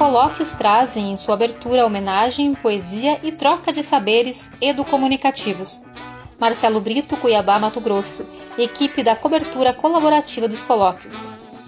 colóquios trazem em sua abertura homenagem, poesia e troca de saberes educomunicativos. Marcelo Brito, Cuiabá, Mato Grosso, equipe da cobertura colaborativa dos colóquios.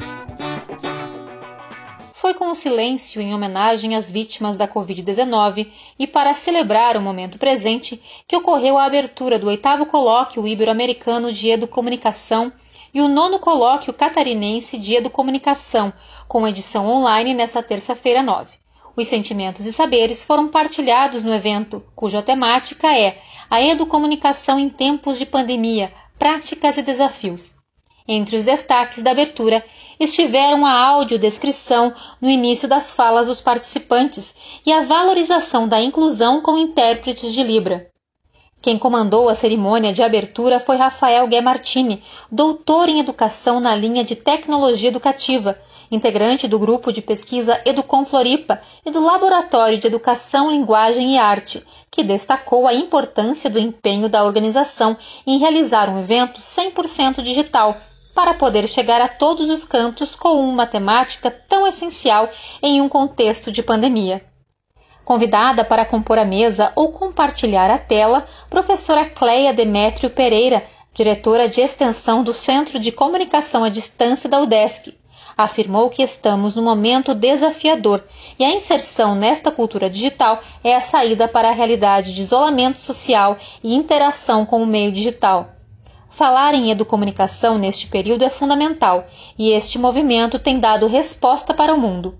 Foi com o silêncio em homenagem às vítimas da Covid-19 e para celebrar o momento presente que ocorreu a abertura do 8º Colóquio Ibero-Americano de Educomunicação e o 9º Colóquio Catarinense de Educomunicação, com edição online nesta terça-feira 9. Os sentimentos e saberes foram partilhados no evento, cuja temática é a educomunicação em tempos de pandemia, práticas e desafios. Entre os destaques da abertura estiveram a audiodescrição no início das falas dos participantes e a valorização da inclusão com intérpretes de Libra. Quem comandou a cerimônia de abertura foi Rafael Guemartini, doutor em educação na linha de tecnologia educativa, integrante do grupo de pesquisa Educom Floripa e do Laboratório de Educação, Linguagem e Arte, que destacou a importância do empenho da organização em realizar um evento 100% digital, para poder chegar a todos os cantos com uma temática tão essencial em um contexto de pandemia. Convidada para compor a mesa ou compartilhar a tela, professora Cleia Demétrio Pereira, diretora de extensão do Centro de Comunicação à Distância da UDESC, afirmou que estamos num momento desafiador e a inserção nesta cultura digital é a saída para a realidade de isolamento social e interação com o meio digital. Falar em educomunicação neste período é fundamental e este movimento tem dado resposta para o mundo.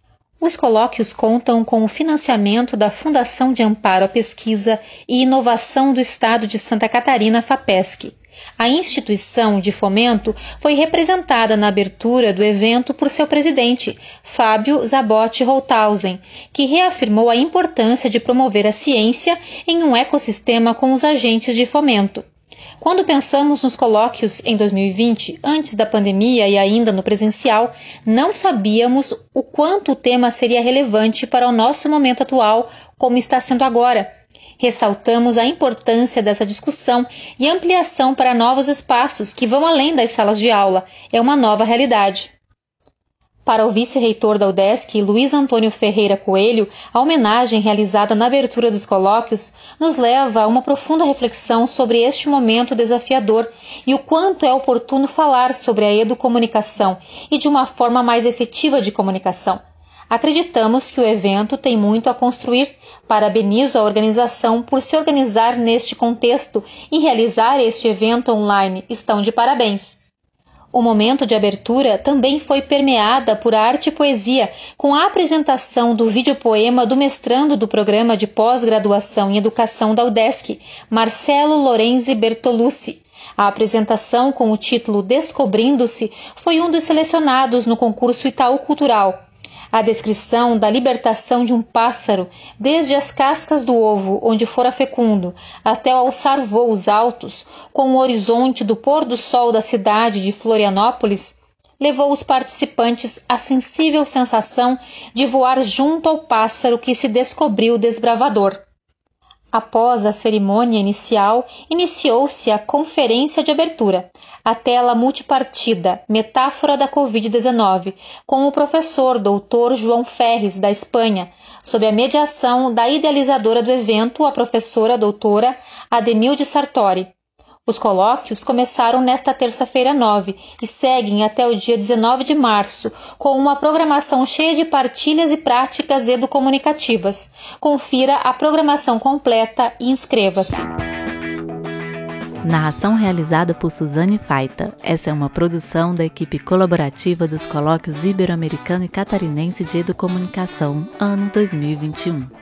Os colóquios contam com o financiamento da Fundação de Amparo à Pesquisa e Inovação do Estado de Santa Catarina, FAPESC. A instituição de fomento foi representada na abertura do evento por seu presidente, Fábio Zabotti Holthausen, que reafirmou a importância de promover a ciência em um ecossistema com os agentes de fomento. Quando pensamos nos colóquios em 2020, antes da pandemia e ainda no presencial, não sabíamos o quanto o tema seria relevante para o nosso momento atual, como está sendo agora. Ressaltamos a importância dessa discussão e ampliação para novos espaços que vão além das salas de aula. É uma nova realidade. Para o vice-reitor da UDESC, Luiz Antônio Ferreira Coelho, a homenagem realizada na abertura dos colóquios nos leva a uma profunda reflexão sobre este momento desafiador e o quanto é oportuno falar sobre a educomunicação e de uma forma mais efetiva de comunicação. Acreditamos que o evento tem muito a construir. Parabenizo a organização por se organizar neste contexto e realizar este evento online. Estão de parabéns. O momento de abertura também foi permeada por arte e poesia, com a apresentação do videopoema do mestrando do Programa de Pós-Graduação em Educação da UDESC, Marcelo Lorenzi Bertolucci. A apresentação com o título Descobrindo-se foi um dos selecionados no concurso Itaú Cultural. A descrição da libertação de um pássaro, desde as cascas do ovo, onde fora fecundo, até o alçar voos altos, com o horizonte do pôr do sol da cidade de Florianópolis, levou os participantes à sensível sensação de voar junto ao pássaro que se descobriu desbravador. Após a cerimônia inicial, iniciou-se a conferência de abertura, a tela multipartida, metáfora da Covid-19, com o professor Dr. João Ferres, da Espanha, sob a mediação da idealizadora do evento, a professora doutora Ademilde Sartori. Os colóquios começaram nesta terça-feira 9 e seguem até o dia 19 de março, com uma programação cheia de partilhas e práticas educomunicativas. Confira a programação completa e inscreva-se. Narração realizada por Suzane Faita. Essa é uma produção da equipe colaborativa dos Colóquios Ibero-Americano e Catarinense de Educomunicação, ano 2021.